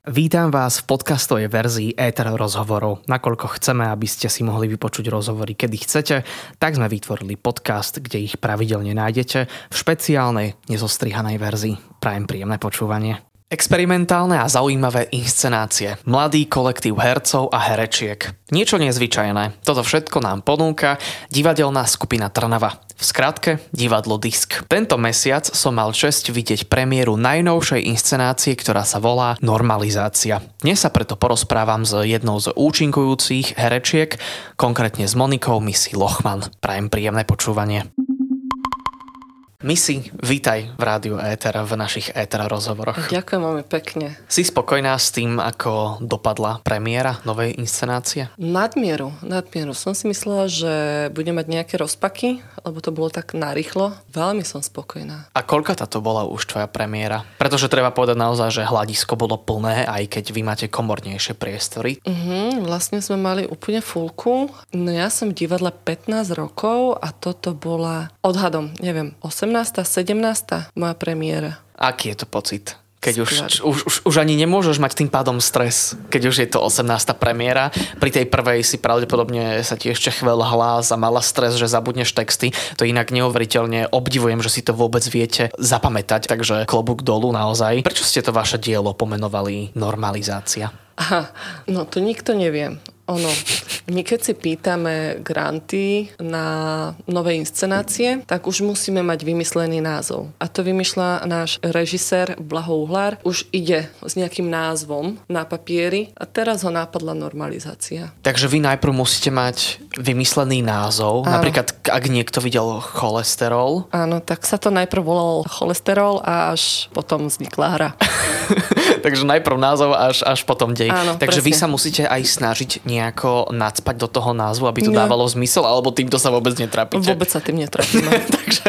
Vítam vás v podcastovej verzii Éter rozhovorov. Nakoľko chceme, aby ste si mohli vypočuť rozhovory, kedy chcete, tak sme vytvorili podcast, kde ich pravidelne nájdete v špeciálnej, nezostrihanej verzii. Prajem príjemné počúvanie. Experimentálne a zaujímavé inscenácie. Mladý kolektív hercov a herečiek. Niečo nezvyčajné. Toto všetko nám ponúka divadelná skupina Trnava. V skratke divadlo Disk. Tento mesiac som mal česť vidieť premiéru najnovšej inscenácie, ktorá sa volá Normalizácia. Dnes sa preto porozprávam s jednou z účinkujúcich herečiek, konkrétne s Monikou Misi Lochman. Prajem príjemné počúvanie. Misi, vítaj v rádiu Éter v našich Éter rozhovoroch. Ďakujem veľmi pekne. Si spokojná s tým, ako dopadla premiéra novej inscenácie? Nadmieru. Som si myslela, že bude mať nejaké rozpaky, lebo to bolo tak narýchlo. Veľmi som spokojná. A koľka táto bola už tvoja premiéra? Pretože treba povedať naozaj, že hľadisko bolo plné, aj keď vy máte komornejšie priestory. Vlastne sme mali úplne fullku. No ja som v divadle 15 rokov a toto bola odhadom, neviem, 17. 17. moja premiéra. Aký je to pocit? Keď už ani nemôžeš mať tým pádom stres, keď už je to 18. premiéra. Pri tej prvej si pravdepodobne sa ti ešte chvel hlas a mala stres, že zabudneš texty. To inak neuveriteľne obdivujem, že si to vôbec viete zapamätať, takže klobúk dolu naozaj. Prečo ste to vaše dielo pomenovali Normalizácia? Aha, no to nikto nevie. My keď si pýtame granty na nové inscenácie, tak už musíme mať vymyslený názov. A to vymýšľa náš režisér Blaho Uhlár. Už ide s nejakým názvom na papieri a teraz ho nápadla Normalizácia. Takže vy najprv musíte mať vymyslený názov. Áno. Napríklad, ak niekto videl Cholesterol. Áno, tak sa to najprv volalo Cholesterol a až potom vznikla hra. Takže najprv názov, až potom dej. Áno, takže presne. Vy sa musíte aj snažiť nejako nacpať do toho názvu, aby to dávalo zmysel, alebo týmto sa vôbec netrápite? Vôbec sa tým netrápime. Takže,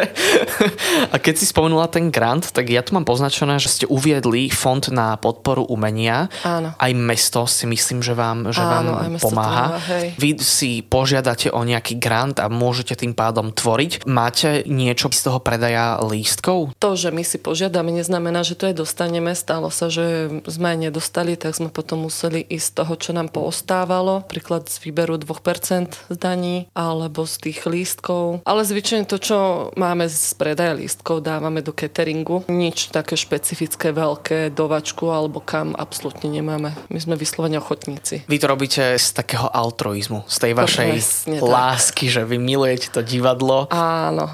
a keď si spomenula ten grant, tak ja tu mám poznačené, že ste uviedli Fond na podporu umenia. Áno. Aj mesto si myslím, že vám pomáha. Vy si požiadate o nejaký grant a môžete tým pádom tvoriť. Máte niečo z toho predaja lístkov? To, že my si požiadame, neznamená, že to aj dostaneme. Stalo sa, že sme aj nedostali, tak sme potom museli ísť z toho, čo nám poostávalo. Príklad z výberu 2% z daní alebo z tých lístkov. Ale zvyčajne to, čo máme z predaja lístkov, dávame do cateringu. Nič také špecifické, veľké, dovačku alebo kam absolútne nemáme. My sme vyslovene ochotníci. Vy to robíte z takého altruizmu, z tej vašej lásky, že vy milujete to divadlo. Áno.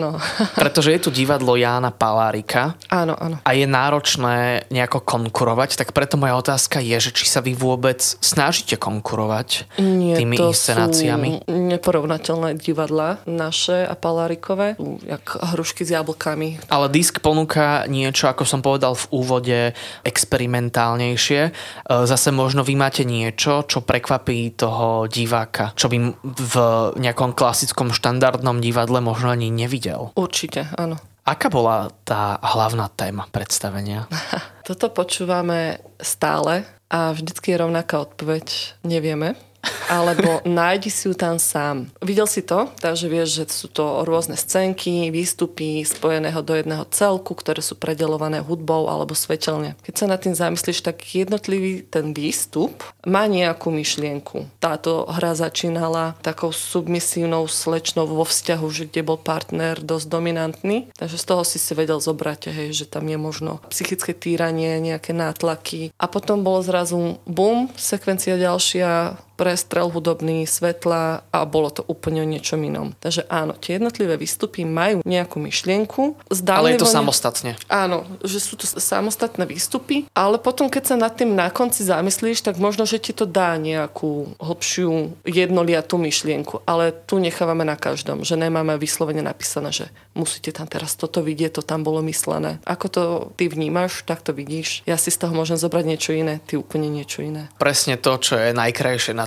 Pretože je tu divadlo Jána Palárika. Áno. A je náročné nejako konkurovať, tak preto moja otázka je, že či sa vy vôbec snažíte konkurovať tými inscenáciami? Nie, to sú neporovnateľné divadlá naše a Palárikové, jak hrušky s jablkami. Ale Disk ponúka niečo, ako som povedal v úvode, experimentálnejšie. Zase možno vy máte niečo, čo prekvapí toho diváka, čo by v nejakom klasickom štandardnom divadle možno ani nevidel. Určite, áno. Aká bola tá hlavná téma predstavenia? Toto počúvame stále a vždycky je rovnaká odpoveď. Nevieme. Alebo nájdi si ju tam sám. Videl si to, takže vieš, že sú to rôzne scénky, výstupy spojeného do jedného celku, ktoré sú predelované hudbou alebo svetelne. Keď sa nad tým zamyslíš, tak jednotlivý ten výstup má nejakú myšlienku. Táto hra začínala takou submisívnou slečnou vo vzťahu, že kde bol partner dosť dominantný. Takže z toho si vedel zobrať, že tam je možno psychické týranie, nejaké nátlaky. A potom bolo zrazu bum, sekvencia ďalšia, prestrel hudobný, svetla a bolo to úplne o niečom inom. Takže áno, tie jednotlivé výstupy majú nejakú myšlienku. Ale je to samostatne. Áno, že sú to samostatné výstupy, ale potom, keď sa nad tým na konci zamyslíš, tak možno, že ti to dá nejakú hlbšiu jednoliatú myšlienku. Ale tu nechávame na každom, že nemáme vyslovene napísané, že musíte tam teraz toto vidieť, to tam bolo myslené. Ako to ty vnímaš, tak to vidíš. Ja si z toho môžem zobrať niečo iné, ty úplne niečo iné. Presne to, čo je najkrajšie na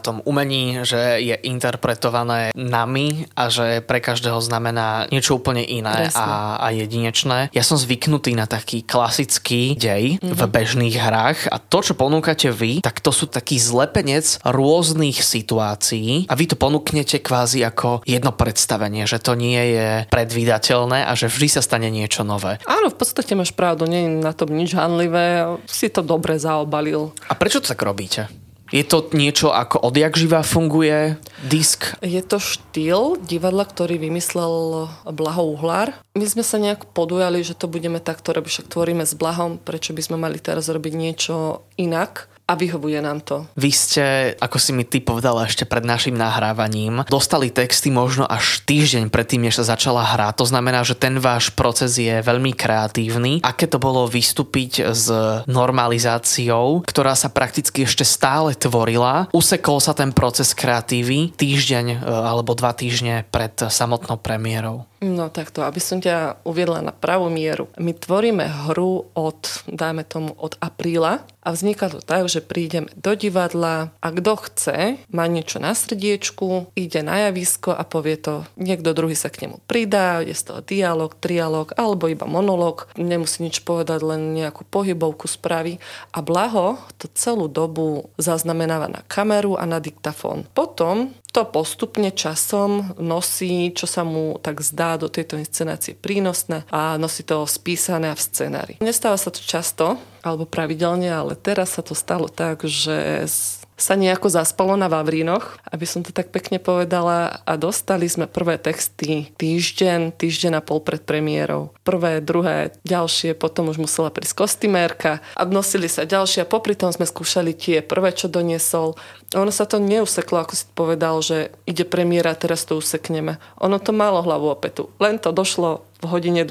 tom umení, že je interpretované nami a že pre každého znamená niečo úplne iné a jedinečné. Ja som zvyknutý na taký klasický dej v bežných hrách a to, čo ponúkate vy, tak to sú taký zlepenec rôznych situácií a vy to ponúknete kvázi ako jedno predstavenie, že to nie je predvídateľné a že vždy sa stane niečo nové. Áno, v podstate máš pravdu, nie je na tom nič hanlivé, si to dobre zaobalil. A prečo to tak robíte? Je to niečo, ako odjak živá funguje disk? Je to štýl divadla, ktorý vymyslel Blaho Uhlár. My sme sa nejak podujali, že to budeme takto robiť, však tvoríme s Blahom, prečo by sme mali teraz robiť niečo inak. A vyhovuje nám to. Vy ste, ako si mi ty povedala ešte pred našim nahrávaním, dostali texty možno až týždeň predtým, než sa začala hra. To znamená, že ten váš proces je veľmi kreatívny. Aké to bolo vystúpiť s normalizáciou, ktorá sa prakticky ešte stále tvorila? Usekol sa ten proces kreatívy týždeň alebo 2 týždne pred samotnou premiérou? No takto, aby som ťa uviedla na pravú mieru. My tvoríme hru dajme tomu, od apríla a vzniká to tak, že prídem do divadla a kto chce, má niečo na srdiečku, ide na javisko a povie to, niekto druhý sa k nemu pridá, je z toho dialog, trialog alebo iba monológ, nemusí nič povedať, len nejakú pohybovku spraví a Blaho to celú dobu zaznamenáva na kameru a na diktafón. Potom to postupne časom nosí, čo sa mu tak zdá do tejto inscenácie prínosné a nosí to spísané v scenári. Nestáva sa to často, alebo pravidelne, ale teraz sa to stalo tak, že sa nejako zaspalo na Vavrínoch, aby som to tak pekne povedala a dostali sme prvé texty týždeň a pol pred premiérou. Prvé, druhé, ďalšie, potom už musela prísť kostymérka a nosili sa ďalšie a popri tom sme skúšali tie prvé, čo doniesol. Ono sa to neuseklo, ako si povedal, že ide premiéra, teraz to usekneme. Ono to malo hlavu a petu. Len to došlo v hodine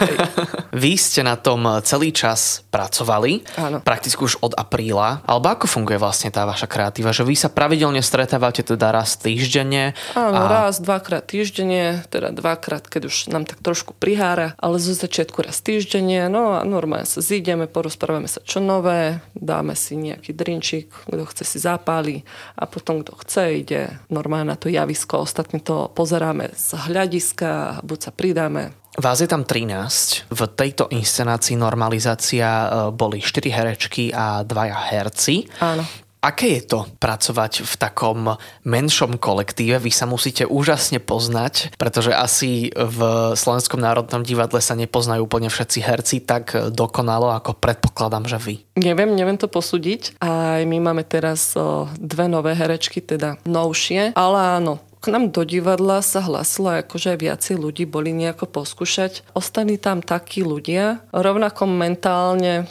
12. Vy ste na tom celý čas pracovali, áno. Prakticky už od apríla. Alebo ako funguje vlastne tá vaša kreatíva? Že vy sa pravidelne stretávate teda raz týždenne? Áno, raz, dvakrát týždenne, teda dvakrát, keď už nám tak trošku prihára, ale zo začiatku raz týždenne, no a normálne sa zídeme, porozprávame sa čo nové, dáme si nejaký drinčík, kto chce si zapáli a potom kto chce, ide normálne na to javisko, ostatní to pozeráme z hľadiska, buď sa pridáme. Vás je tam 13. V tejto inscenácii normalizácia boli 4 herečky a 2 herci. Áno. Aké je to pracovať v takom menšom kolektíve? Vy sa musíte úžasne poznať, pretože asi v Slovenskom národnom divadle sa nepoznajú úplne všetci herci tak dokonalo, ako predpokladám, že vy. Neviem to posúdiť. Aj my máme teraz 2 nové herečky, teda novšie, ale áno. K nám do divadla sa hlasilo, akože aj viacej ľudí boli nejako poskúšať. Ostali tam takí ľudia, rovnako mentálne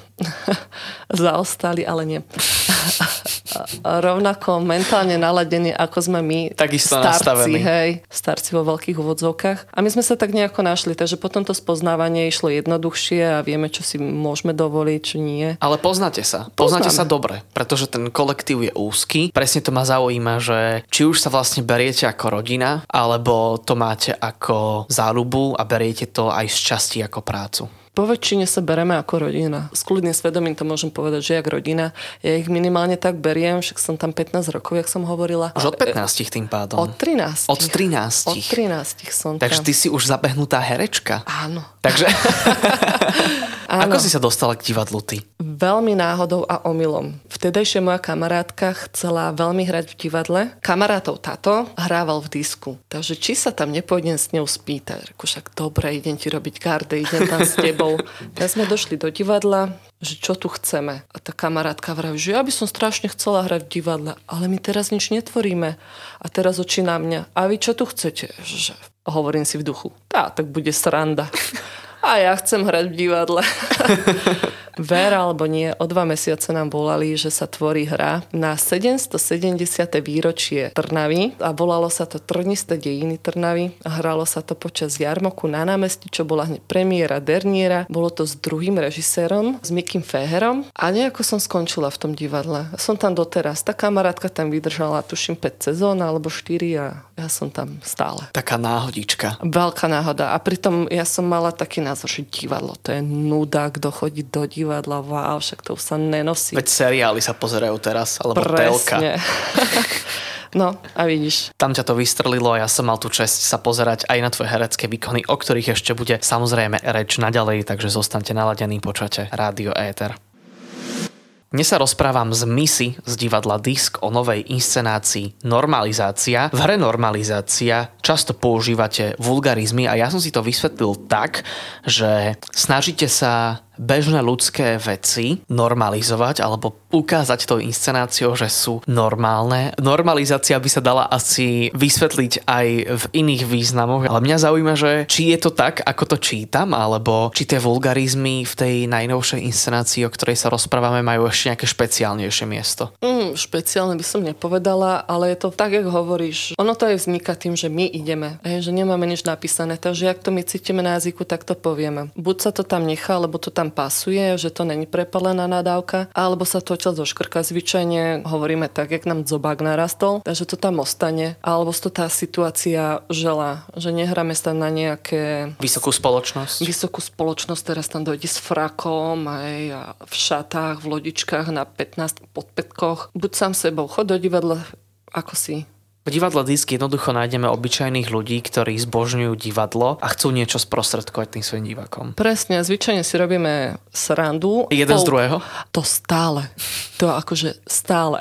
zaostali, ale nie. Rovnako mentálne naladení, ako sme my, takisto starci, nastavení. Starci vo veľkých úvodzovkách. A my sme sa tak nejako našli, takže potom to spoznávanie išlo jednoduchšie a vieme, čo si môžeme dovoliť, čo nie. Ale poznáte sa. Poznáte sa dobre, pretože ten kolektív je úzky. Presne to ma zaujíma, že či už sa vlastne beriete ako rodina, alebo to máte ako záľubu a beriete to aj z časti ako prácu. Po väčšine sa bereme ako rodina. S kľudným svedomím to môžem povedať, že jak rodina. Ja ich minimálne tak beriem, však som tam 15 rokov, jak som hovorila. Už od 15 tým pádom. Od 13. Od 13. Od 13 som tam. Takže ty si už zabehnutá herečka. Áno. Takže Áno. Ako si sa dostala k divadlu ty? Veľmi náhodou a omylom. Vtedajšia moja kamarátka chcela veľmi hrať v divadle. Kamarátov táto hrával v disku. Takže či sa tam nepôjdem s ňou spýtať. Reku, však dobre, idem ti robiť garde, idem tam s tebou. Tak sme došli do divadla, že čo tu chceme. A tá kamarátka vraví, že ja by som strašne chcela hrať v divadle, ale my teraz nič netvoríme. A teraz oči na mňa. A vy čo tu chcete? Že hovorím si v duchu. Tak bude sranda. A ja chcem hrať v divadle. Ver alebo nie, o 2 mesiace nám volali, že sa tvorí hra na 770. výročie Trnavy a volalo sa to Trnisté dejiny Trnavy. Hralo sa to počas jarmoku na námestí, čo bola hneď premiéra, derniéra. Bolo to s druhým režisérom, s Mikým Féherom a nejako som skončila v tom divadle. Som tam doteraz. Tá kamarátka tam vydržala, tuším, 5 sezón alebo 4 a ja som tam stále. Taká náhodička. Veľká náhoda. A pritom ja som mala taký názor, že divadlo, to je nuda, kto chodí do divadla, wow, však to už sa nenosí. Veď seriály sa pozerajú teraz, alebo Presne. telka. No, a vidíš. Tam ťa to vystrelilo a ja som mal tú česť sa pozerať aj na tvoje herecké výkony, o ktorých ešte bude samozrejme reč naďalej, takže zostaňte naladení, počujete Rádio Éter. Dnes sa rozprávam s Missy z divadla Disk o novej inscenácii Normalizácia. V hre Normalizácia často používate vulgarizmy a ja som si to vysvetlil tak, že snažíte sa bežné ľudské veci normalizovať alebo ukázať tou inscenáciou, že sú normálne. Normalizácia by sa dala asi vysvetliť aj v iných významoch, ale mňa zaujíma, že či je to tak, ako to čítam, alebo či tie vulgarizmy v tej najnovšej inscenácii, o ktorej sa rozprávame, majú ešte nejaké špeciálnejšie miesto. Špeciálne by som nepovedala, ale je to tak, jak hovoríš. Ono to aj vzniká tým, že my ideme, že nemáme nič napísané, takže ak to my cítime na jazyku, tak to povieme. Buď sa to tam nechá, lebo to tam pasuje, že to není prepalená nadávka, alebo sa to odtiaľ zoškrká. Zvyčajne hovoríme tak, jak nám zobák narastol, takže to tam ostane, alebo to tá situácia želá, že nehráme sa na nejaké Vysokú spoločnosť, teraz tam dojde s frakom aj a v šatách, v lodičkách na 15 podpätkoch. Buď sám sebou, chod do divadla, ako si. V divadle Disk jednoducho nájdeme obyčajných ľudí, ktorí zbožňujú divadlo a chcú niečo sprostredkovať tým svojim divákom. Presne, zvyčajne si robíme srandu. Jeden z druhého? To stále. To akože stále.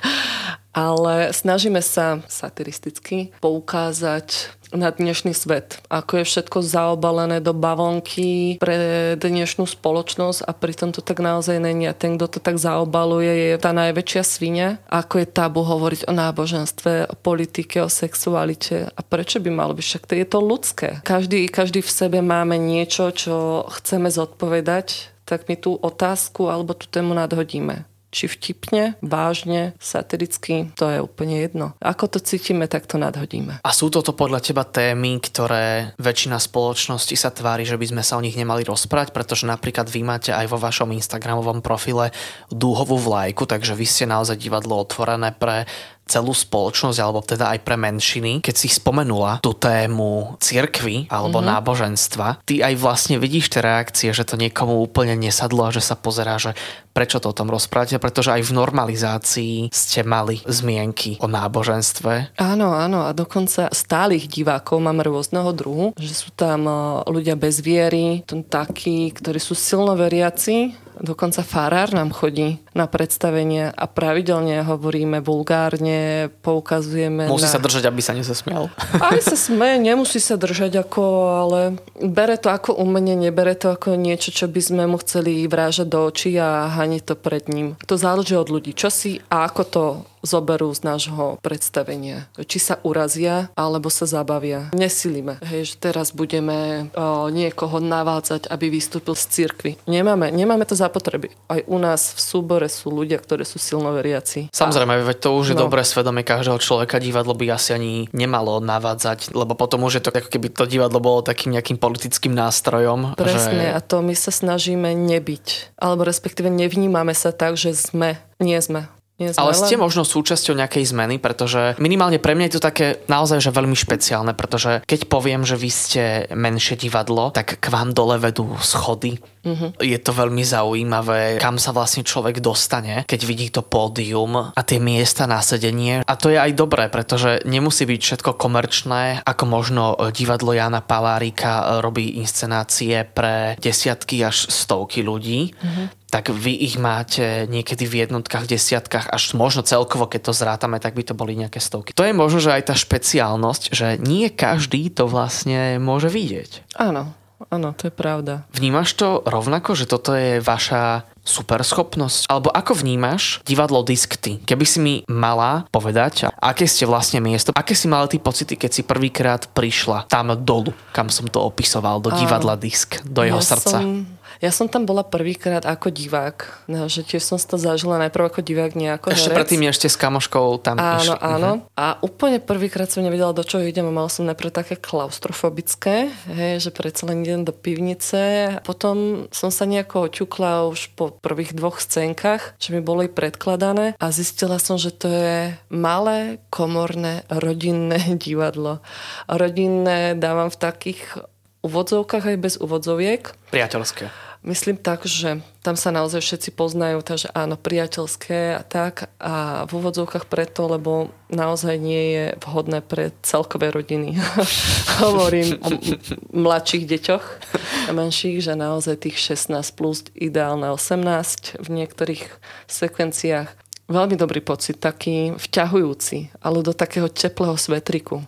Ale snažíme sa satiristicky poukázať na dnešný svet. Ako je všetko zaobalené do bavlnky pre dnešnú spoločnosť a pritom to tak naozaj není. A ten, kto to tak zaobaluje, je tá najväčšia sviňa. Ako je tabu hovoriť o náboženstve, o politike, o sexualite. A prečo by malo byť? Však to je to ľudské. Každý v sebe máme niečo, čo chceme zodpovedať, tak my tú otázku alebo tú tému nadhodíme. Či vtipne, vážne, satiricky, to je úplne jedno. Ako to cítime, tak to nadhodíme. A sú toto podľa teba témy, ktoré väčšina spoločnosti sa tvári, že by sme sa o nich nemali rozprávať, pretože napríklad vy máte aj vo vašom instagramovom profile dúhovú vlajku, takže vy ste naozaj divadlo otvorené pre celú spoločnosť, alebo teda aj pre menšiny. Keď si spomenula tú tému cirkvi alebo náboženstva, ty aj vlastne vidíš tie reakcie, že to niekomu úplne nesadlo a že sa pozerá, že prečo to o tom rozprávate, pretože aj v normalizácii ste mali zmienky o náboženstve. Áno, a dokonca stálych divákov máme rôzneho druhu, že sú tam ľudia bez viery, takí, ktorí sú silno veriaci. Dokonca farár nám chodí na predstavenie a pravidelne hovoríme vulgárne, poukazujeme Musí sa držať, aby sa nezasmial. Aj sa smeje, nemusí sa držať, ale bere to ako umenie, nebere to ako niečo, čo by sme mu chceli vrážať do očí a haniť to pred ním. To záleží od ľudí, čo si a ako to zoberú z nášho predstavenia. Či sa urazia, alebo sa zabavia. Nesilíme. Že teraz budeme niekoho navádzať, aby vystúpil z cirkvi. Nemáme to zapotreby. Aj u nás v súbore sú ľudia, ktorí sú silno veriaci. Samozrejme, veď to už je dobré svedomie každého človeka. Divadlo by asi ani nemalo navádzať, lebo potom už je to ako keby to divadlo bolo takým nejakým politickým nástrojom. Presne, a to my sa snažíme nebyť. Alebo respektíve nevnímame sa tak, že nie sme. Ale ste možno súčasťou nejakej zmeny, pretože minimálne pre mňa je to také naozaj že veľmi špeciálne, pretože keď poviem, že vy ste menšie divadlo, tak k vám dole vedú schody. Je to veľmi zaujímavé, kam sa vlastne človek dostane, keď vidí to pódium a tie miesta na sedenie. A to je aj dobré, pretože nemusí byť všetko komerčné, ako možno divadlo Jána Palárika robí inscenácie pre desiatky až stovky ľudí. Tak vy ich máte niekedy v jednotkách, desiatkách, až možno celkovo, keď to zrátame, tak by to boli nejaké stovky. To je možno, že aj tá špeciálnosť, že nie každý to vlastne môže vidieť. Áno, to je pravda. Vnímaš to rovnako, že toto je vaša superschopnosť? Alebo ako vnímaš divadlo Disk ty? Keby si mi mala povedať, aké ste vlastne miesto, aké si mala ty pocity, keď si prvýkrát prišla tam dolu, kam som to opisoval, do divadla Disk, do jeho srdca? Ja som tam bola prvýkrát ako divák. Že tiež som si to zažila najprv ako divák, nie ako herec. Ešte predtým ešte s kamoškou tam išli. Áno. A úplne prvýkrát som nevedela, do čoho idem. Mala som najprv také klaustrofobické, že predsa len idem do pivnice. Potom som sa nejako oťukla už po prvých 2 scénkach, že mi boli predkladané a zistila som, že to je malé, komorné, rodinné divadlo. Rodinné dávam v takých úvodzovkách aj bez úvodzoviek. Priateľské. Myslím tak, že tam sa naozaj všetci poznajú, takže áno, priateľské a tak. A v úvodzovkách preto, lebo naozaj nie je vhodné pre celkové rodiny. Hovorím o mladších deťoch a menších, že naozaj tých 16 plus, ideálne 18 v niektorých sekvenciách. Veľmi dobrý pocit, taký vťahujúci, ale do takého teplého svetriku.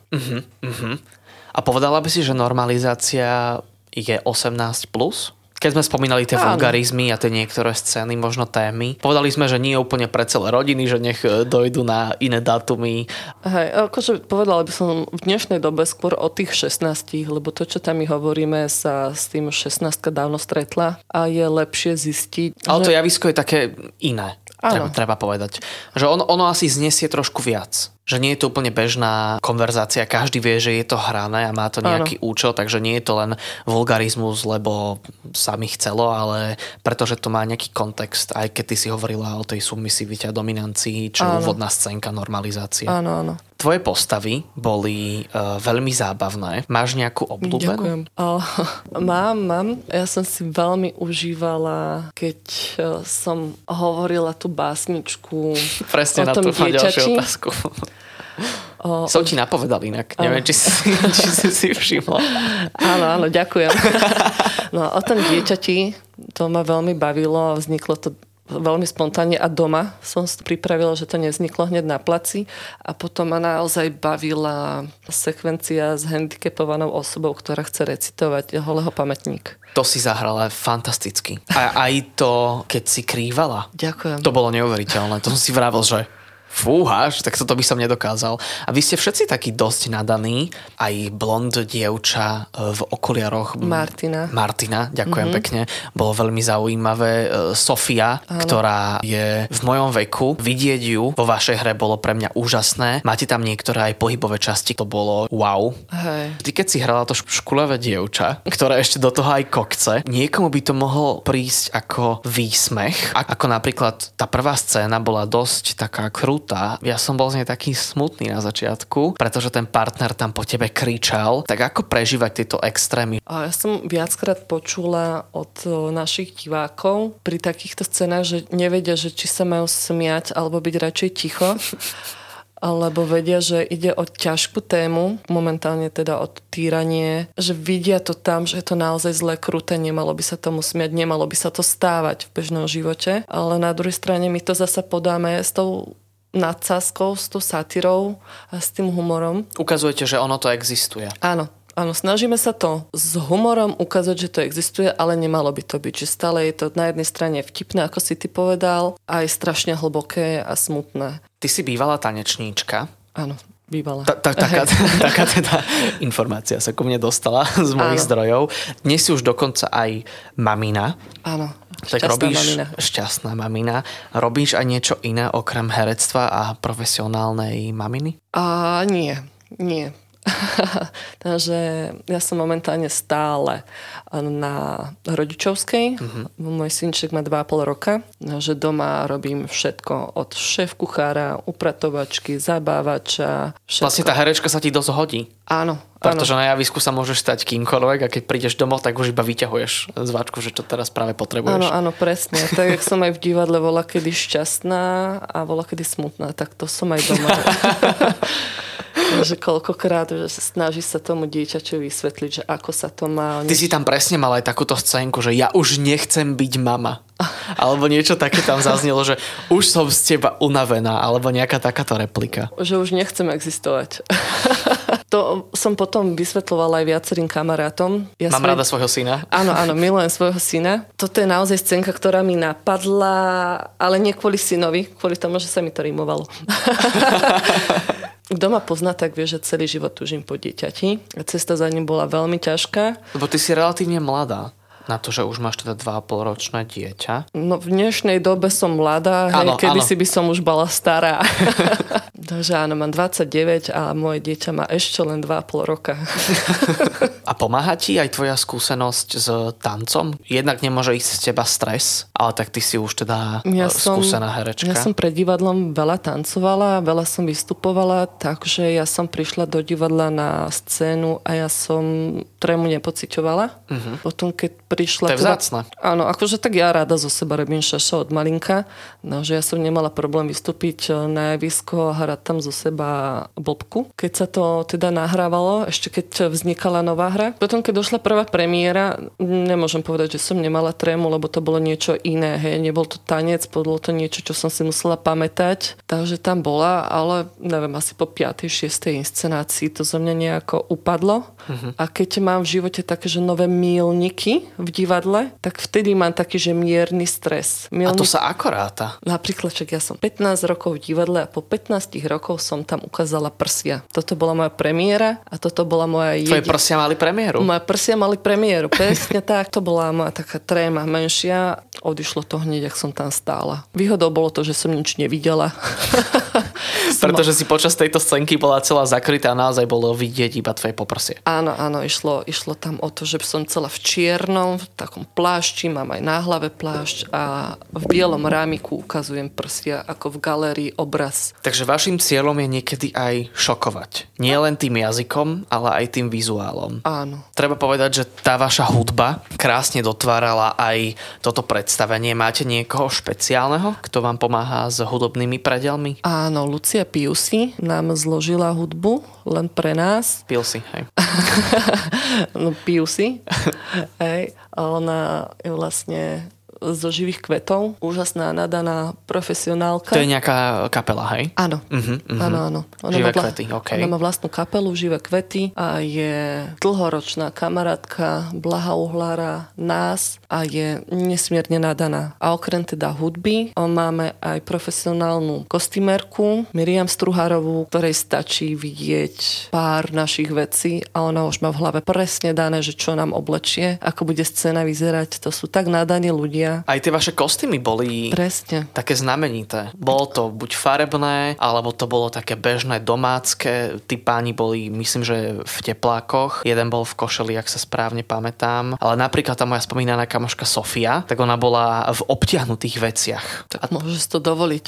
A povedala by si, že normalizácia je 18 plus? Keď sme spomínali tie vulgarizmy a tie niektoré scény, možno témy, povedali sme, že nie úplne pre celé rodiny, že nech dojdu na iné dátumy. Hej, akože povedala by som v dnešnej dobe skôr o tých 16, lebo to, čo tam my hovoríme, sa s tým 16 dávno stretla a je lepšie zistiť. Ale to javisko je také iné. Treba povedať. Že ono asi znesie trošku viac. Že nie je to úplne bežná konverzácia. Každý vie, že je to hrané a má to nejaký účel, takže nie je to len vulgarizmus, lebo sa mi chcelo, ale pretože to má nejaký kontext, aj keď ty si hovorila o tej submisivite a dominancii, čo je úvodná scénka normalizácie. Áno. Tvoje postavy boli veľmi zábavné. Máš nejakú obľúbenú? Ďakujem. Mám. Ja som si veľmi užívala, keď som hovorila tú básničku presne o tom dieťači. Som ti napovedal inak. Neviem, či si všimla. Áno, ďakujem. No o tom dieťati to ma veľmi bavilo a vzniklo to veľmi spontánne a doma som si pripravila, že to nevzniklo hneď na placi a potom ma naozaj bavila sekvencia s handicapovanou osobou, ktorá chce recitovať Holého pamätník. To si zahrala fantasticky. A aj to, keď si krývala. Ďakujem. To bolo neuveriteľné. To som si vravel, že fúhaš, tak to by som nedokázal. A vy ste všetci takí dosť nadaní, aj blond dievča v okuliaroch. Martina, ďakujem pekne. Bolo veľmi zaujímavé. Sofia, ktorá je v mojom veku. Vidieť ju vo vašej hre bolo pre mňa úžasné. Máte tam niektoré aj pohybové časti, to bolo wow. Hej. Ty keď si hrala to škulavé dievča, ktoré ešte do toho aj kokce, niekomu by to mohol prísť ako výsmech. Ako napríklad tá prvá scéna bola dosť taká krutá. Ja som bol z nej taký smutný na začiatku, pretože ten partner tam po tebe kričal. Tak ako prežívať tieto extrémy? Ja som viackrát počula od našich divákov pri takýchto scénách, že nevedia, že či sa majú smiať alebo byť radšej ticho. Alebo vedia, že ide o ťažkú tému, momentálne teda o týranie, že vidia to tam, že je to naozaj zlé, kruté, nemalo by sa tomu smiať, nemalo by sa to stávať v bežnom živote. Ale na druhej strane my to zasa podáme s tou nadsázkou, s tou satírou a s tým humorom. Ukazujete, že ono to existuje. Áno, snažíme sa to s humorom ukázať, že to existuje, ale nemalo by to byť. Že stále je to na jednej strane vtipné, ako si ty povedal, aj strašne hlboké a smutné. Ty si bývalá tanečníčka. Áno, bývala. Taká teda informácia sa ku mne dostala z mojich zdrojov. Dnes si už dokonca aj mamina. Áno. Šťastná mamina. Robíš aj niečo iné okrem herectva a profesionálnej maminy? Nie. Takže ja som momentálne stále na rodičovskej. Môj synček má 2,5 roka. Že doma robím všetko od šéf-kuchára, upratovačky, zabávača. Všetko. Vlastne tá herečka sa ti dosť hodí. Áno. Pretože na javisku sa môžeš stať kýmkoľvek a keď prídeš domov, tak už iba vyťahuješ zváčku, že čo teraz práve potrebuješ. Áno, presne. Tak, jak som aj v divadle bola kedy šťastná a bola kedy smutná, tak to som aj doma. Takže koľkokrát, že snaží sa tomu dieťaču vysvetliť, že ako sa to má. Ty si tam presne mal aj takúto scénku, že ja už nechcem byť mama. Alebo niečo také tam zaznelo, že už som z teba unavená, alebo nejaká takáto replika. Že už nechcem existovať. To som potom vysvetľovala aj viacerým kamarátom. Mám rada svojho syna. Áno, milujem svojho syna. Toto je naozaj scénka, ktorá mi napadla, ale nie kvôli synovi, kvôli tomu, že sa mi to rimovalo. Kto ma pozná, tak vie, že celý život túžim po dieťati. Cesta za ním bola veľmi ťažká. Lebo ty si relatívne mladá na to, že už máš teda 2,5-ročné dieťa. No v dnešnej dobe som mladá, áno. kedysi by som už bola stará. Takže áno, mám 29 a moje dieťa má ešte len 2,5 roka. A pomáha ti aj tvoja skúsenosť s tancom? Jednak nemôže ísť z teba stres, ale tak ty si už teda skúsená herečka. Ja som pred divadlom veľa tancovala, veľa som vystupovala, takže ja som prišla do divadla na scénu a ja som trému nepociťovala. Potom keď prišla... To je vzácne. Áno, akože tak ja rada zo seba robím šaša od malinka, no, že ja som nemala problém vystúpiť na javisko a hrať tam zo seba blbku. Keď sa to teda nahrávalo, ešte keď vznikala nová hra. Potom, keď došla prvá premiéra, nemôžem povedať, že som nemala trému, lebo to bolo niečo iné. Hej. Nebol to tanec, bolo to niečo, čo som si musela pamätať. Takže tam bola, ale neviem, asi po 5. 6. inscenácii to zo mňa nejako upadlo. A keď mám v živote také, že nové míľniky v divadle, tak vtedy mám taký, že mierny stres. A to sa ako ráta? Napríklad, ja som 15 rokov v divadle a po 15 rokov som tam ukázala prsia. Toto bola moja premiéra a toto bola moja Tvoje prsia mali premiéru? Moje prsia mali premiéru, presne tak. To bola moja taká tréma menšia. Odišlo to hneď, ak som tam stála. Výhodou bolo to, že som nič nevidela. Pretože si počas tejto scénky bola celá zakrytá a naozaj bolo vidieť iba tvoje poprsie. Áno, išlo tam o to, že som celá v čiernom, v takom plášti, mám aj na hlave plášť a v bielom rámiku ukazujem prsia ako v galérii obraz. Takže vašim cieľom je niekedy aj šokovať. Nie len tým jazykom, ale aj tým vizuálom. Áno. Treba povedať, že tá vaša hudba krásne dotvárala aj toto predstavenie. Máte niekoho špeciálneho, kto vám pomáha s hudobnými predelmi? Áno, Lucia Piusi nám zložila hudbu len pre nás. Pilsi, hej. No, Piusi. Hej. A ona je vlastne zo živých kvetov. Úžasná, nadaná profesionálka. To je nejaká kapela, hej? Áno. Áno. Živé kvety, okej. Ona má vlastnú kapelu Živé kvety a je dlhoročná kamarátka Blaha Uhlára, nás a je nesmierne nadaná. A okrem teda hudby máme aj profesionálnu kostýmerku Miriam Struhárovú, ktorej stačí vidieť pár našich vecí a ona už má v hlave presne dané, že čo nám oblečie, ako bude scéna vyzerať. To sú tak nadaní ľudia. Aj tie vaše kostýmy boli presne také znamenité. Bolo to buď farebné, alebo to bolo také bežné domácké. Tí páni boli, myslím, že v teplákoch. Jeden bol v košeli, ak sa správne pamätám. Ale napríklad tá moja spomínaná kamoška Sofia, tak ona bola v obtiahnutých veciach. Tak môžeš to dovoliť.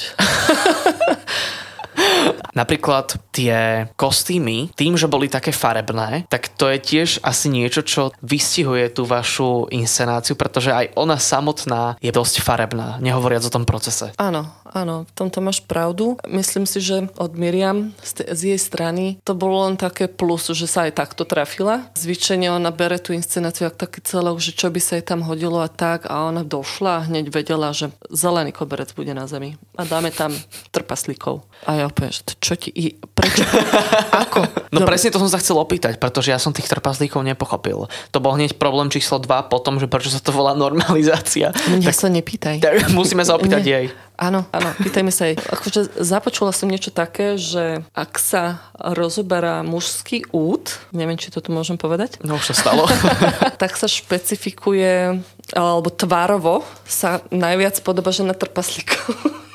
Napríklad tie kostýmy, tým, že boli také farebné, tak to je tiež asi niečo, čo vystihuje tú vašu inscenáciu, pretože aj ona samotná je dosť farebná, nehovoriac o tom procese. Áno, v tomto máš pravdu. Myslím si, že od Miriam z jej strany to bolo len také plus, že sa aj takto trafila. Zvyčajne ona bere tú inscenáciu ako taký celok, že čo by sa jej tam hodilo a tak a ona došla a hneď vedela, že zelený koberec bude na zemi a dáme tam trpaslíkov. A ja opäť, že čo ti... Prečo? Ako? No presne to som sa chcel opýtať, pretože ja som tých trpaslíkov nepochopil. To bol hneď problém číslo 2 potom, že prečo sa to volá normalizácia. Mňa sa nepýtaj. Tak musíme sa opýtať jej. Áno, pýtajme sa jej. Akože započula som niečo také, že ak sa rozoberá mužský út, neviem, či to tu môžem povedať. No už sa stalo. Tak sa špecifikuje, alebo tvárovo sa najviac podobá žena trpaslíkov.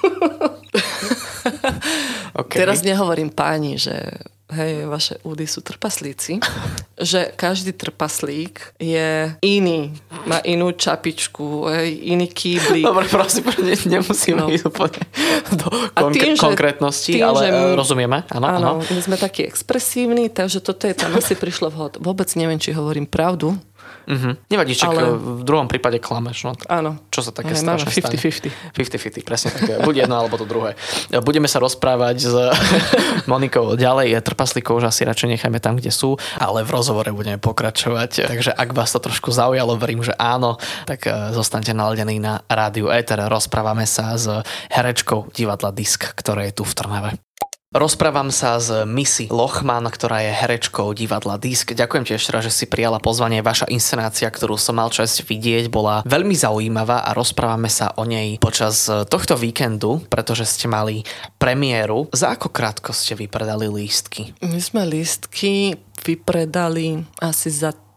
Okay. Teraz nehovorím páni, že hej, vaše údy sú trpaslíci, že každý trpaslík je iný, má inú čapičku, iný kýblik. Dobre, prosím, nemusíme ísť úplne do konkrétnosti, ale rozumieme. Áno, my sme takí expresívni, takže toto je tam asi prišlo vhod. Vôbec neviem, či hovorím pravdu. Nevadí, čak v druhom prípade klameš. No. Áno. Čo sa také strašne stane? 50-50. 50-50, presne tak. Buď jedno, alebo to druhé. Budeme sa rozprávať s Monikou ďalej. Trpaslíkov už asi radšej nechajme tam, kde sú, ale v rozhovore budeme pokračovať. Takže ak vás to trošku zaujalo, verím, že áno, tak zostaňte naladení na rádiu Éter. Rozprávame sa s herečkou divadla Disk, ktoré je tu v Trnave. Rozprávam sa s Missy Lochman, ktorá je herečkou divadla Disk. Ďakujem ti ešte raz, že si prijala pozvanie. Vaša inscenácia, ktorú som mal časť vidieť, bola veľmi zaujímavá a rozprávame sa o nej počas tohto víkendu, pretože ste mali premiéru. Za ako krátko ste vypredali lístky? My sme lístky vypredali asi za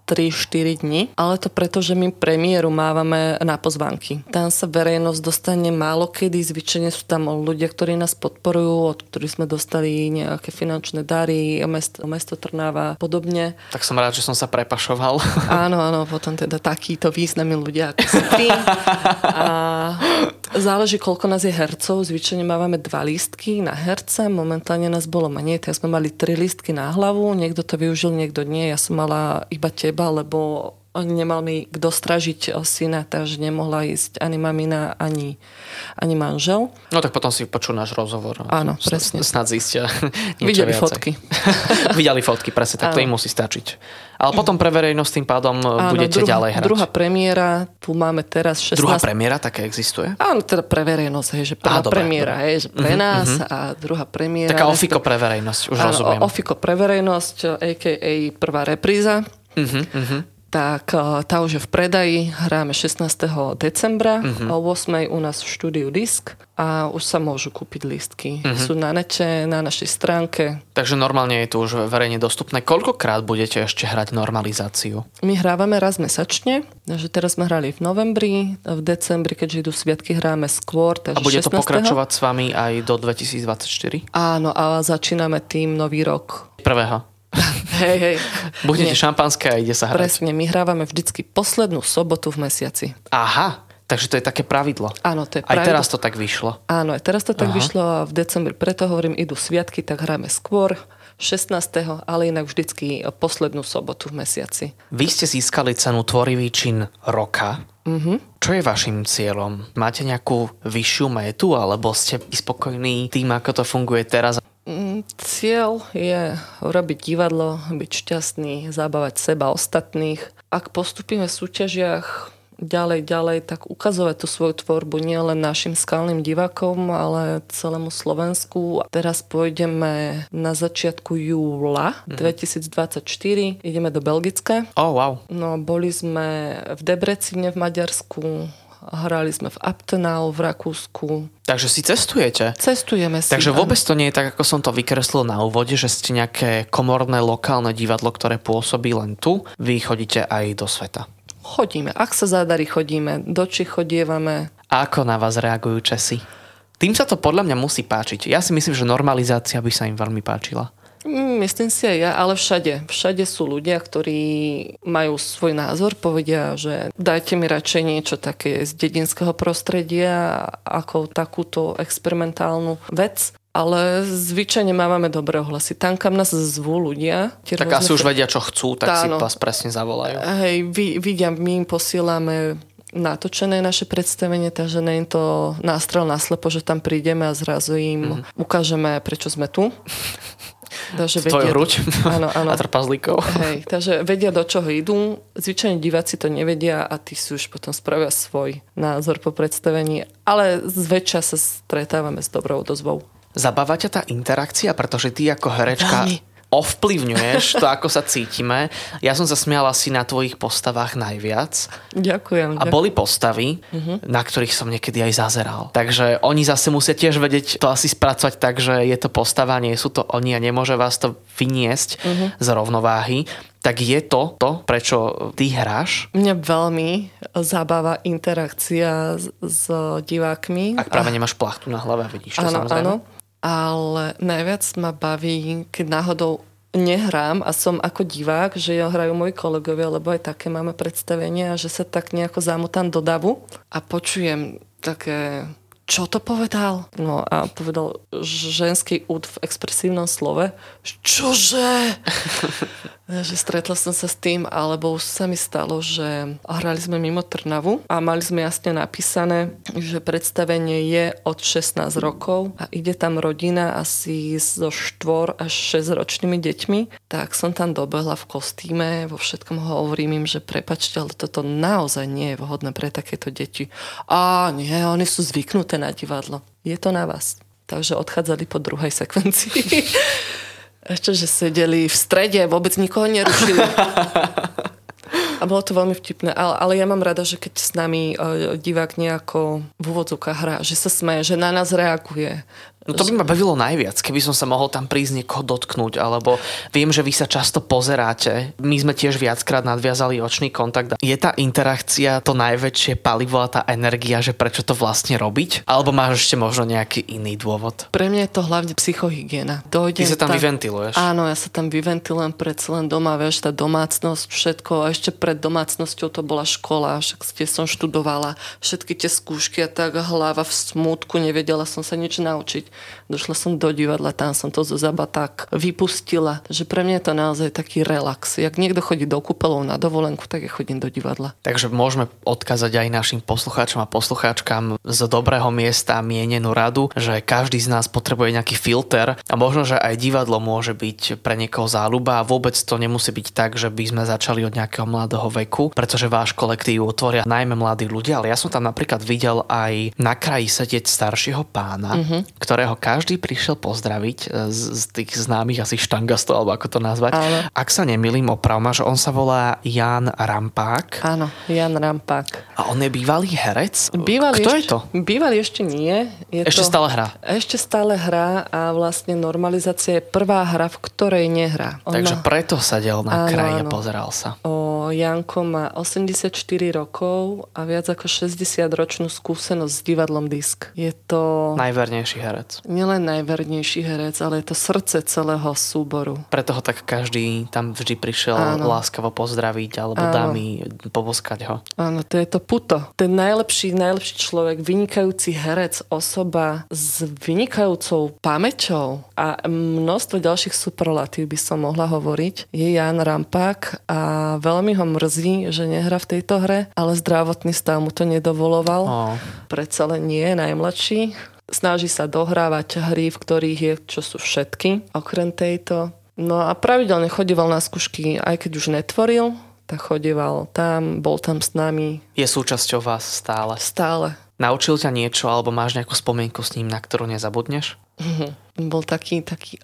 3-4 dní, ale to preto, že my premiéru mávame na pozvánky. Tam sa verejnosť dostane málo kedy, zvyčajne sú tam ľudia, ktorí nás podporujú, od ktorých sme dostali nejaké finančné dary, mesto Trnava a podobne. Tak som rád, že som sa prepašoval. Áno, potom teda takíto významní ľudia ako si ty. A záleží, koľko nás je hercov. Zvyčajne mávame 2 lístky na herca, momentálne nás bolo menej, tak sme mali 3 lístky na hlavu, niekto to využil, niekto nie. Ja som mala iba teba, lebo nemal mi kto stražiť syna, takže nemohla ísť ani mamina, ani manžel. No tak potom si počul náš rozhovor. Áno, presne. Snad zistia niečo Videli viacej. fotky. Videli fotky, presne, tak to im musí stačiť. Ale potom pre verejnosť tým pádom budete ďalej hrať. Druhá premiéra, tu máme teraz 16... Druhá premiéra také existuje? Áno, teda pre verejnosť, hej, že prvá premiéra, hej, že pre nás a druhá premiéra. Taká ofiko pre verejnosť, už rozumiem. Ofiko pre verejnosť, a.k.a. prvá repríza. Tak tá už je v predaji, hráme 16. decembra, o 8. u nás v štúdiu Disk a už sa môžu kúpiť lístky. Sú na nete, na našej stránke. Takže normálne je to už verejne dostupné. Koľkokrát budete ešte hrať normalizáciu? My hrávame raz mesačne, takže teraz sme hrali v novembri, v decembri, keďže idú sviatky, hráme skôr. Takže a bude to 16. pokračovať s vami aj do 2024? Áno, a začíname tým nový rok. Prvého. Hej. Budete šampanské a ide sa hrať. Presne, my hrávame vždycky poslednú sobotu v mesiaci. Aha, takže to je také pravidlo. Áno, to je pravidlo. Aj teraz to pravidlo. tak vyšlo. Áno, aj teraz to tak vyšlo a v decembri, preto hovorím, idú sviatky, tak hráme skôr 16. ale inak vždycky poslednú sobotu v mesiaci. Vy ste získali cenu Tvorivý čin roka. Čo je vašim cieľom? Máte nejakú vyššiu métu alebo ste spokojní tým, ako to funguje teraz? Cieľ je robiť divadlo, byť šťastný, zabávať seba, ostatných. Ak postupíme v súťažiach ďalej, tak ukazovať tú svoju tvorbu nielen našim skalným divákom, ale celému Slovensku. Teraz pôjdeme na začiatku júla 2024. Ideme do Belgicka. Oh, wow. No, boli sme v Debrecine v Maďarsku, hrali sme v Abtenau v Rakúsku. Takže si cestujete? Cestujeme si. Takže vôbec to nie je tak, ako som to vykreslil na úvode, že ste nejaké komorné lokálne divadlo, ktoré pôsobí len tu. Vy chodíte aj do sveta. Chodíme. Ak sa zadarí, chodíme. Do Čech chodievame. A ako na vás reagujú Česi? Tým sa to podľa mňa musí páčiť. Ja si myslím, že normalizácia by sa im veľmi páčila. Myslím si aj ja, ale všade. Všade sú ľudia, ktorí majú svoj názor, povedia, že dajte mi radšej niečo také z dedinského prostredia ako takúto experimentálnu vec. Ale zvyčajne máme dobré ohlasy. Tam, kam nás zvú ľudia. Tak asi už vedia, čo chcú, tak si vás presne zavolajú. Hej, vidia, my im posielame natočené naše predstavenie, takže nie je to nástrel naslepo, že tam prídeme a zrazu im ukážeme, prečo sme tu. Tvoju hruď áno. a trpazlíkov. Hej, takže vedia, do čoho idú. Zvyčajne diváci to nevedia a tí si už potom spravia svoj názor po predstavení. Ale zväčša sa stretávame s dobrou odozvou. Zabáva ťa tá interakcia, pretože ty ako herečka ovplyvňuješ to, ako sa cítime. Ja som sa smiala asi na tvojich postavách najviac. Ďakujem. A boli postavy, na ktorých som niekedy aj zazeral. Takže oni zase musia tiež vedieť to asi spracovať tak, že je to postava, nie sú to oni a nemôže vás to vyniesť z rovnováhy. Tak je to, prečo ty hráš? Mňa veľmi zabáva interakcia s divákmi. Ak práve nemáš plachtu na hlave, vidíš to samozrejme. Áno. Ale najviac ma baví, keď náhodou nehrám a som ako divák, že hrajú moji kolegovia, lebo aj také máme predstavenia, že sa tak nejako zamotám do davu a počujem také, čo to povedal? No a povedal ženský úd v expresívnom slove. Čože? Že stretla som sa s tým, alebo už sa mi stalo, že hrali sme mimo Trnavu a mali sme jasne napísané, že predstavenie je od 16 rokov a ide tam rodina asi so 4 až 6 ročnými deťmi. Tak som tam dobehla v kostýme, vo všetkom hovorím im, že prepáčte, ale toto naozaj nie je vhodné pre takéto deti. A nie, oni sú zvyknuté na divadlo. Je to na vás. Takže odchádzali po druhej sekvencii. Ešte, že sedeli v strede, vôbec nikoho nerušili. A bolo to veľmi vtipné. Ale ja mám rada, že keď s nami divák nejako v úvodzovkách hrá, že sa smeje, že na nás reaguje, No to by ma bavilo najviac, keby som sa mohol tam prísť niekoho dotknúť, alebo viem, že vy sa často pozeráte. My sme tiež viackrát nadviazali očný kontakt. Je tá interakcia to najväčšie palivo a tá energia, že prečo to vlastne robiť? Alebo máš ešte možno nejaký iný dôvod? Pre mňa je to hlavne psychohygiena. Ty sa tam vyventiluješ? Áno, ja sa tam vyventilujem predsa len doma, vieš, tá domácnosť, všetko. A ešte pred domácnosťou to bola škola, však kde som študovala. Všetky tie skúšky a tak hlava v smútku, nevedela som sa nič naučiť. Došla som do divadla, tam som to zo zaba tak vypustila, že pre mňa je to naozaj taký relax. Jak niekto chodí do kúpeľov na dovolenku, tak ja chodím do divadla. Takže môžeme odkázať aj našim poslucháčom a poslucháčkam z dobrého miesta mienenú radu, že každý z nás potrebuje nejaký filter a možno, že aj divadlo môže byť pre niekoho záľuba a vôbec to nemusí byť tak, že by sme začali od nejakého mladého veku, pretože váš kolektív tvoria najmä mladí ľudia, ale ja som tam napríklad videl aj na kraji sedieť staršieho pána, ktorého každý prišiel pozdraviť z tých známych asi štangastov, alebo ako to nazvať. Áno. Ak sa nemýlim, oprav ma, že on sa volá Ján Rampák. Áno, Ján Rampák. A on je bývalý herec? Bývalý Kto ešte, je to? Bývalý ešte nie. Ešte stále hrá? Ešte stále hrá a vlastne normalizácia je prvá hra, v ktorej nehrá. Takže preto sedel na kraji a áno. pozeral sa. Janko má 84 rokov a viac ako 60-ročnú skúsenosť s divadlom Disk. Je to Najvernejší herec. nielen najvernejší herec, ale je to srdce celého súboru. Preto ho tak každý tam vždy prišiel láskavo pozdraviť alebo dámy poboskať ho. Áno, to je to puto. Ten najlepší človek, vynikajúci herec, osoba s vynikajúcou pamäťou a množstvo ďalších superlatív by som mohla hovoriť, je Ján Rampák a veľmi ho mrzí, že nehrá v tejto hre, ale zdravotný stav mu to nedovoloval. Predsa len nie je najmladší. Snaží sa dohrávať hry, v ktorých je, čo sú všetky, okrem tejto. No a pravidelne chodieval na skúšky, aj keď už netvoril, tak chodieval tam, bol tam s nami. Je súčasťou vás stále? Stále. Naučil ťa niečo, alebo máš nejakú spomienku s ním, na ktorú nezabudneš? Bol taký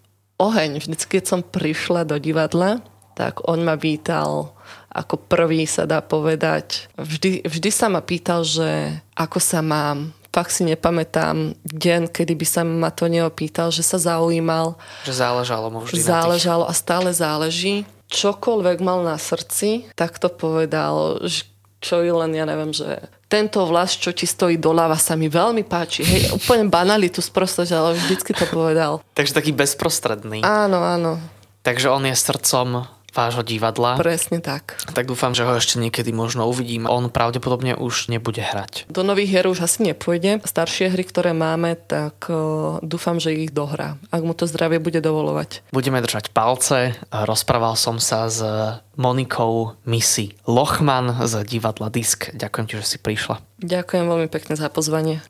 oheň. Vždycky, keď som prišla do divadla, tak on ma vítal ako prvý, sa dá povedať. Vždy sa ma pýtal, že ako sa mám. Fakt si nepamätám deň, kedy by sa ma to neopýtal, že sa zaujímal. Že záležalo mu vždy Záležalo a stále záleží. Čokoľvek mal na srdci, tak to povedal, čo je len, ja neviem, že tento vlas, čo ti stojí doľava, sa mi veľmi páči. Hej, úplne banalitu sprostosť, ale vždycky to povedal. Takže taký bezprostredný. Áno, áno. Takže on je srdcom vášho divadla. Presne tak. Tak dúfam, že ho ešte niekedy možno uvidím. On pravdepodobne už nebude hrať. Do nových hier už asi nepôjde. Staršie hry, ktoré máme, tak dúfam, že ich dohrá. Ak mu to zdravie bude dovolovať. Budeme držať palce. Rozprával som sa s Monikou Misi Lochman z divadla Disk. Ďakujem ti, že si prišla. Ďakujem veľmi pekne za pozvanie.